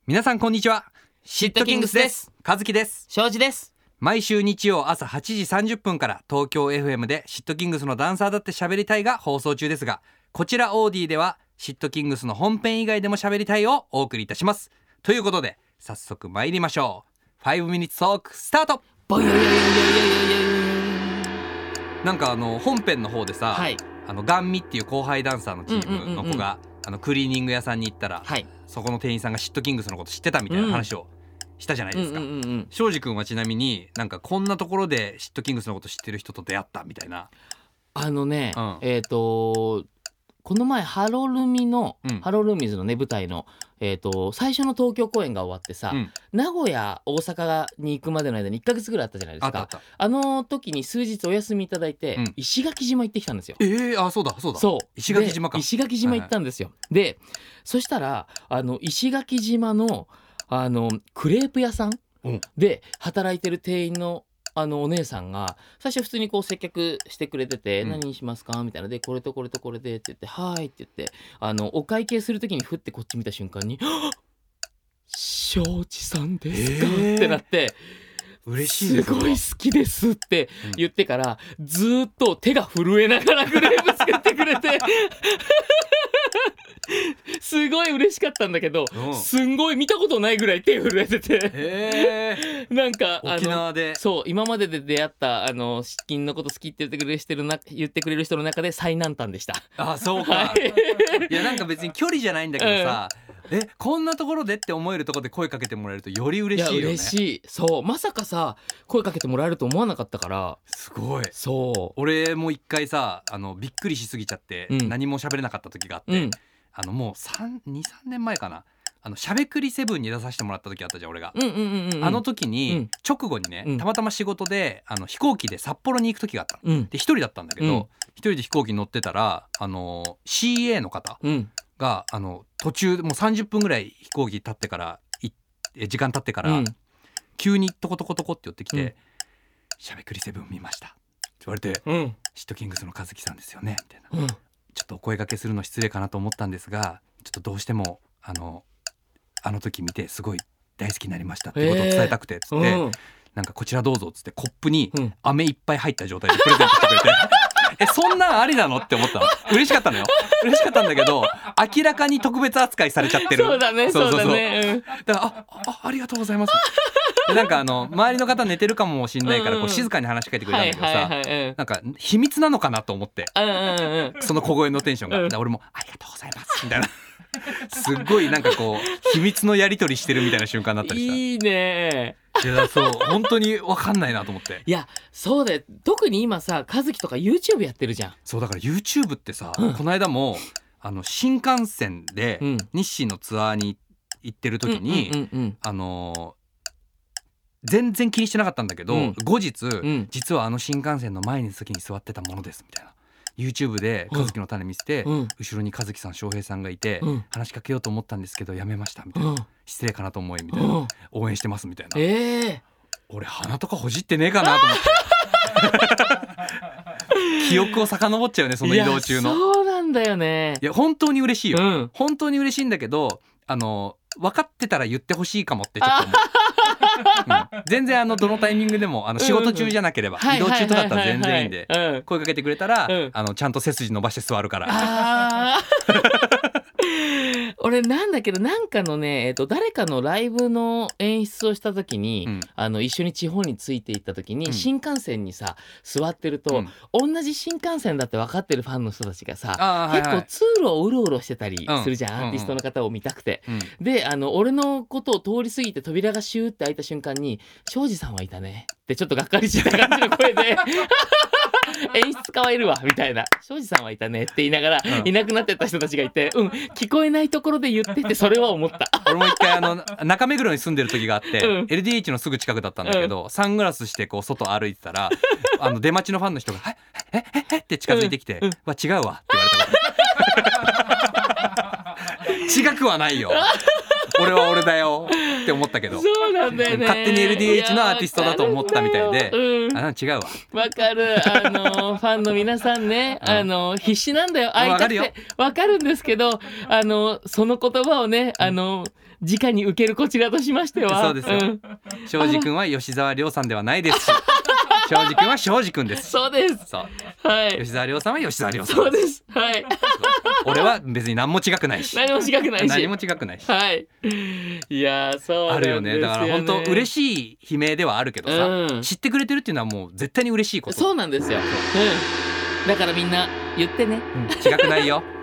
皆さんこんにちは。シットキングスです。和樹です。 庄司です。 毎週日曜朝8時30分から東京 FM でシットキングスのダンサーだって喋りたいが放送中ですが、こちらオーディではシットキングスの本編以外でも喋りたいをお送りいたします。ということで早速参りましょう。5 minutes talk スタート。なんか本編の方でさ、 はい、 ガンミっていう後輩ダンサーのチームの子が、クリーニング屋さんに行ったら、 はい、 そこの店員さんがシットキングスのこと知ってたみたいな話をしたじゃないですか。庄司君はちなみになんかこんなところでシットキングスのこと知ってる人と出会ったみたいな。 この前ハロルミの、ハロルミズのね舞台の、最初の東京公演が終わってさ、名古屋大阪に行くまでの間に1ヶ月ぐらいあったじゃないですか。あの時に数日お休みいただいて、石垣島行ってきたんですよ。 そうだ石垣島か。 石垣島行ったんですよ。でそしたら石垣島のクレープ屋さんで働いてる店員のお姉さんが最初普通にこう接客してくれてて、何にしますかみたいなで、これとこれとこれでって言って、はいって言ってお会計する時にふってこっち見た瞬間に庄司さんですか、ってなって、 嬉しいです。 すごい好きですって言ってから、ずっと手が震えながらクレープ作ってくれてすごい嬉しかったんだけど、すんごい見たことないぐらい手震えててなんか沖縄でそう今までで出会った資金のこと好きって言ってくれる人の中で最難関でした。 そうか、いやなんか別に距離じゃないんだけどさ、こんなところでって思えるところで声かけてもらえるとより嬉しいよね。 いや嬉しい。そうまさかさ声かけてもらえると思わなかったから。 すごい。 そう俺も一回さびっくりしすぎちゃって、何も喋れなかった時があって、もう 2,3 年前かな、しゃべくり7に出させてもらった時あったじゃん俺が。あの時に、直後にね、たまたま仕事で飛行機で札幌に行く時があったの、で一人だったんだけど、一人で飛行機に乗ってたらCA の方が途中もう30分ぐらい飛行機経ってから時間経ってから、急にトコトコトコって寄ってきて、しゃべくり7見ましたって言われて、シットキングスの和樹さんですよねみたいな、ちょっとお声掛けするの失礼かなと思ったんですが、ちょっとどうしてもあの時見てすごい大好きになりましたってことを伝えたくてつって、なんかこちらどうぞっつってコップに飴いっぱい入った状態でプレゼントしてくれてそんなんありなのって思ったの。嬉しかったのよ。嬉しかったんだけど明らかに特別扱いされちゃってる。 そうだね。 だからありがとうございますでなんか周りの方寝てるかもしんないからこう静かに話しかけてくれたんだけどさ、なんか秘密なのかなと思って、その小声のテンションが、だから俺もありがとうございますみたいなすっごいなんかこう秘密のやり取りしてるみたいな瞬間だったりした。 いいね。 いやそう本当に分かんないなと思って。 いやそうで、特に今さ和樹とか YouTube やってるじゃん。 そうだから YouTube ってさ、この間も新幹線で日清のツアーに行ってる時に全然気にしてなかったんだけど、後日、実は新幹線の前に席に座ってたものですみたいな YouTube で和樹の種見せて、後ろに和樹さん翔平さんがいて、話しかけようと思ったんですけどやめましたみたいな、失礼かなと思いみたいな、応援してますみたいな。俺鼻とかほじってねえかなと思って記憶を遡っちゃうね、その移動中の。 そうなんだよね。 いや本当に嬉しいよ、本当に嬉しいんだけど分かってたら言ってほしいかもってちょっと思う全然どのタイミングでも仕事中じゃなければ、移動中とかだったら全然いいんで、声かけてくれたら、ちゃんと背筋伸ばして座るから。 俺なんだけどなんかのね、誰かのライブの演出をした時に、一緒に地方について行った時に、新幹線にさ座ってると、同じ新幹線だって分かってるファンの人たちがさ、結構通路をうろうろしてたりするじゃん、アーティストの方を見たくて、で俺のことを通り過ぎて扉がシューって開いた瞬間に庄司さんはいたねってちょっとがっかりした感じの声で演出変わるわみたいな、庄司さんはいたねって言いながら、いなくなってった人たちがいて、聞こえないところで言ってって、それは思った。 俺も一回中目黒に住んでる時があって、LDH のすぐ近くだったんだけど、サングラスしてこう外歩いてたら出待ちのファンの人がえって近づいてきて、違うわって言われたから違くはないよ俺は俺だよ。 って思ったけどそうなんだよね。 勝手に LDH のアーティストだと思ったみたいで、違うわ。 わかる。ファンの皆さんね、必死なんだよ、会いたくて。わかるんですけど、その言葉をね、直に受けるこちらとしましては。 そうですよ。庄司君は吉沢亮さんではないですし、庄司君は庄司君です。 そうです。 そう。 はい。 吉沢亮さんは吉沢亮さん。 そうです。はい。 俺は別に何も違くないし。 何も違くないし。 何も違くないし。 はい。いやそうなんですよね。 あるよね。だから本当嬉しい悲鳴ではあるけどさ、知ってくれてるっていうのはもう絶対に嬉しいこと。 そうなんですよ。だからみんな言ってね。 違くないよ。